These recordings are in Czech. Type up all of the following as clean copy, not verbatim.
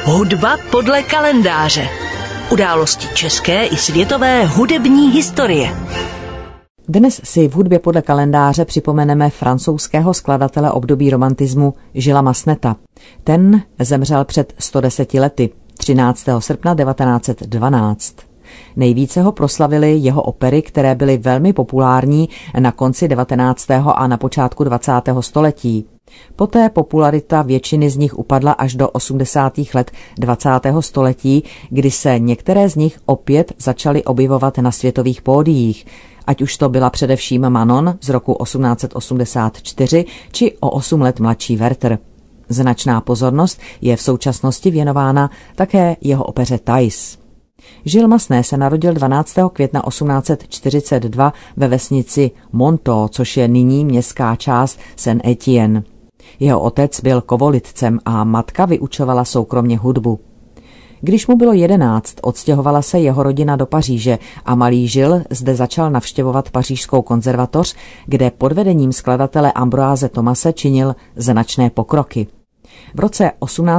Hudba podle kalendáře. Události české i světové hudební historie. Dnes si v hudbě podle kalendáře připomeneme francouzského skladatele období romantismu Gillese Masseneta. Ten zemřel před 110 lety, 13. srpna 1912. Nejvíce ho proslavily jeho opery, které byly velmi populární na konci 19. a na počátku 20. století. Poté popularita většiny z nich upadla až do 80. let 20. století, kdy se některé z nich opět začaly objevovat na světových pódiích, ať už to byla především Manon z roku 1884 či o 8 let mladší Werther. Značná pozornost je v současnosti věnována také jeho opeře Thais. Gilles Massenet se narodil 12. května 1842 ve vesnici Montaut, což je nyní městská část Saint-Étienne. Jeho otec byl kovolitcem a matka vyučovala soukromně hudbu. Když mu bylo 11, odstěhovala se jeho rodina do Paříže a malý Gilles zde začal navštěvovat pařížskou konzervatoř, kde pod vedením skladatele Ambroise Thomase činil značné pokroky. V roce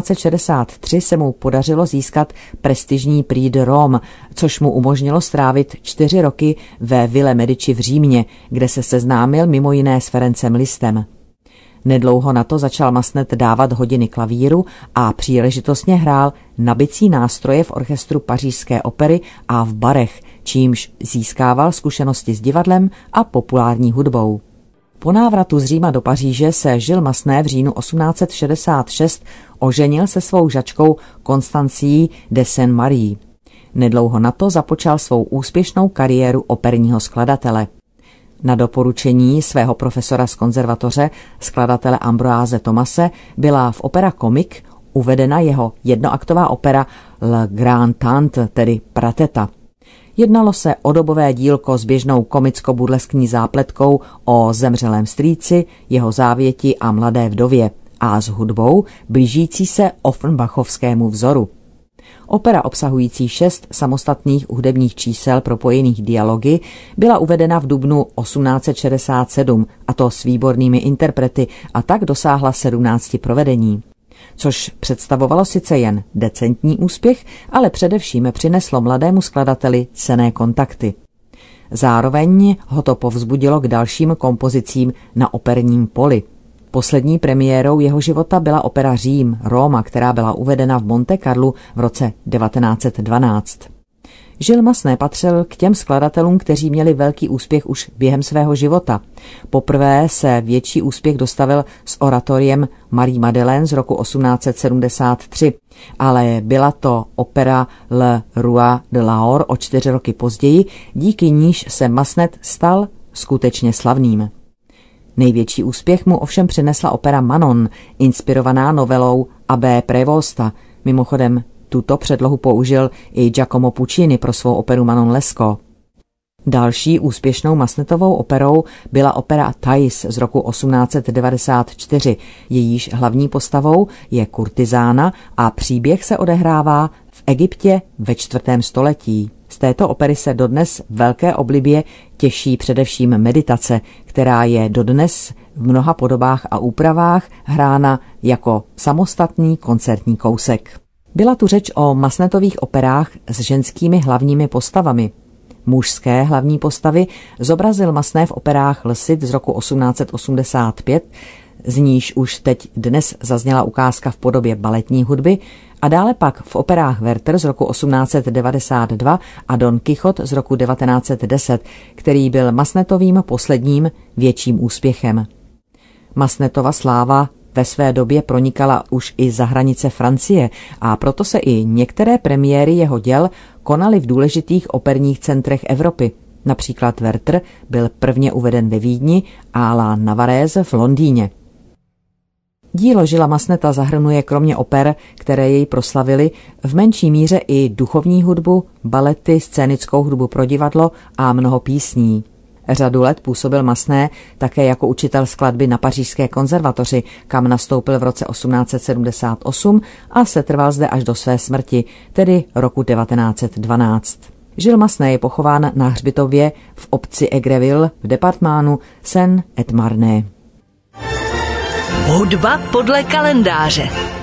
1863 se mu podařilo získat prestižní Prix de Rome, což mu umožnilo strávit 4 roky ve Ville Medici v Římě, kde se seznámil mimo jiné s Ferencem Lisztem. Nedlouho na to začal Massenet dávat hodiny klavíru a příležitostně hrál na bicí nástroje v orchestru pařížské opery a v barech, čímž získával zkušenosti s divadlem a populární hudbou. Po návratu z Říma do Paříže se Gilles Massenet v říjnu 1866 oženil se svou žačkou Constancií de Saint-Marie. Nedlouho na to započal svou úspěšnou kariéru operního skladatele. Na doporučení svého profesora z konzervatoře, skladatele Ambroise Thomase, byla v Opéra Comique uvedena jeho jednoaktová opera Le Grand Tante, tedy Prateta. Jednalo se o dobové dílko s běžnou komicko-burleskní zápletkou o zemřelém strýci, jeho závěti a mladé vdově a s hudbou blížící se Offenbachovskému vzoru. Opera obsahující 6 samostatných hudebních čísel propojených dialogy byla uvedena v dubnu 1867, a to s výbornými interprety, a tak dosáhla 17 provedení. Což představovalo sice jen decentní úspěch, ale především přineslo mladému skladateli cenné kontakty. Zároveň ho to povzbudilo k dalším kompozicím na operním poli. Poslední premiérou jeho života byla opera Řím, Róma, která byla uvedena v Monte Carlu v roce 1912. Gilles Massenet patřil k těm skladatelům, kteří měli velký úspěch už během svého života. Poprvé se větší úspěch dostavil s oratoriem Marie Madeleine z roku 1873, ale byla to opera Le Roi de Lahore o 4 roky později, díky níž se Massenet stal skutečně slavným. Největší úspěch mu ovšem přinesla opera Manon, inspirovaná novelou Abbé Prévosta. Mimochodem, tuto předlohu použil i Giacomo Puccini pro svou operu Manon Lescaut. Další úspěšnou Massenetovou operou byla opera Thais z roku 1894. Jejíž hlavní postavou je kurtizána a příběh se odehrává v Egyptě ve 4. století. Z této opery se dodnes velké oblibě těší především Meditace, která je dodnes v mnoha podobách a úpravách hrána jako samostatný koncertní kousek. Byla tu řeč o Massenetových operách s ženskými hlavními postavami. Mužské hlavní postavy zobrazil Massenet v operách Le Cid z roku 1885, z níž už teď dnes zazněla ukázka v podobě baletní hudby, a dále pak v operách Werther z roku 1892 a Don Quixote z roku 1910, který byl Massenetovým posledním větším úspěchem. Massenetova sláva ve své době pronikala už i za hranice Francie a proto se i některé premiéry jeho děl konaly v důležitých operních centrech Evropy. Například Werther byl prvně uveden ve Vídni a La Navarrese v Londýně. Dílo Gillese Masseneta zahrnuje kromě oper, které jej proslavily, v menší míře i duchovní hudbu, balety, scénickou hudbu pro divadlo a mnoho písní. Řadu let působil Massenet také jako učitel skladby na pařížské konzervatoři, kam nastoupil v roce 1878 a setrval zde až do své smrti, tedy roku 1912. Gilles Massenet je pochován na hřbitově v obci Aigreville v departmánu Seine-et-Marne. Hudba podle kalendáře.